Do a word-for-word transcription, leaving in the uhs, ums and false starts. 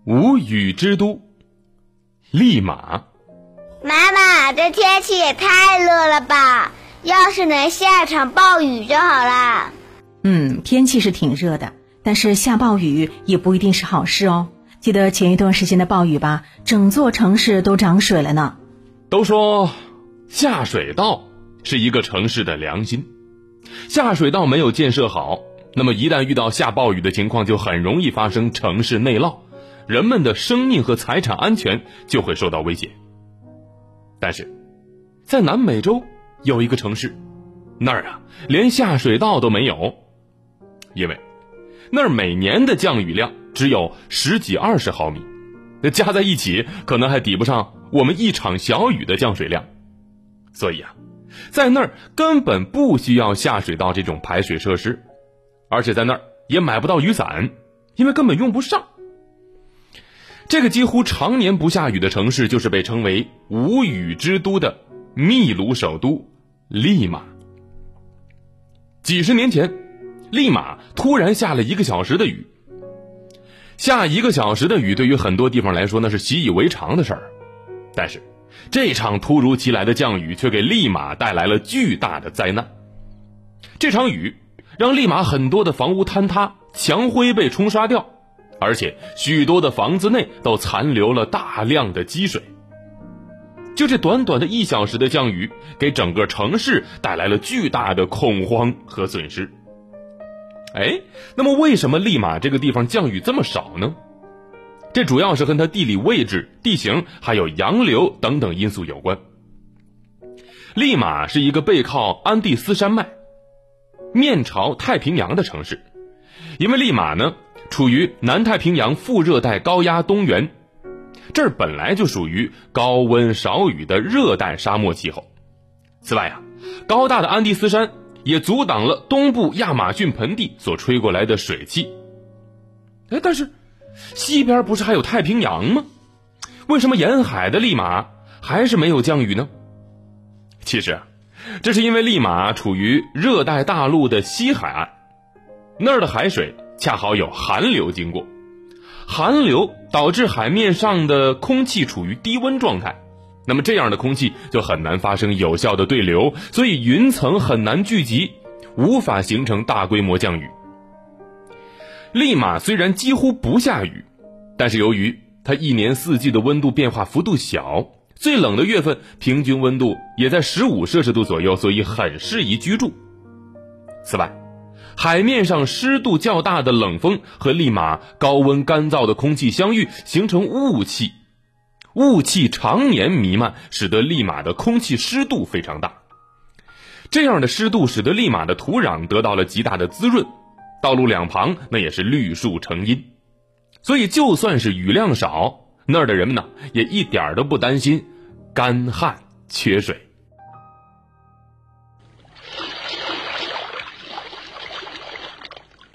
无雨之都利马。 妈妈，这天气也太热了吧，要是能下场暴雨就好啦。 嗯，天气是挺热的，但是下暴雨也不一定是好事哦。记得前一段时间的暴雨吧，整座城市都涨水了呢。 都说下水道是一个城市的良心，下水道没有建设好，那么一旦遇到下暴雨的情况，就很容易发生城市内涝，人们的生命和财产安全就会受到威胁。但是在南美洲有一个城市，那儿啊连下水道都没有，因为那儿每年的降雨量只有十几二十毫米，那加在一起可能还抵不上我们一场小雨的降水量。所以啊，在那儿根本不需要下水道这种排水设施，而且在那儿也买不到雨伞，因为根本用不上。这个几乎常年不下雨的城市，就是被称为无雨之都的秘鲁首都利马。几十年前，利马突然下了一个小时的雨。下一个小时的雨对于很多地方来说那是习以为常的事儿，但是这场突如其来的降雨却给利马带来了巨大的灾难。这场雨让利马很多的房屋坍塌，墙灰被冲刷掉，而且许多的房子内都残留了大量的积水。就这短短的一小时的降雨，给整个城市带来了巨大的恐慌和损失。哎，那么为什么利马这个地方降雨这么少呢？这主要是跟它地理位置、地形还有洋流等等因素有关。利马是一个背靠安第斯山脉、面朝太平洋的城市，因为利马呢处于南太平洋副热带高压东缘，这儿本来就属于高温少雨的热带沙漠气候。此外啊，高大的安第斯山也阻挡了东部亚马逊盆地所吹过来的水汽。哎，但是西边不是还有太平洋吗？为什么沿海的利马还是没有降雨呢？其实这是因为利马处于热带大陆的西海岸，那儿的海水恰好有寒流经过，寒流导致海面上的空气处于低温状态，那么这样的空气就很难发生有效的对流，所以云层很难聚集，无法形成大规模降雨。利马虽然几乎不下雨，但是由于它一年四季的温度变化幅度小，最冷的月份平均温度也在十五摄氏度左右，所以很适宜居住。此外，海面上湿度较大的冷风和利马高温干燥的空气相遇，形成雾气，雾气常年弥漫，使得利马的空气湿度非常大。这样的湿度使得利马的土壤得到了极大的滋润，道路两旁那也是绿树成荫，所以就算是雨量少，那儿的人们呢也一点都不担心干旱缺水。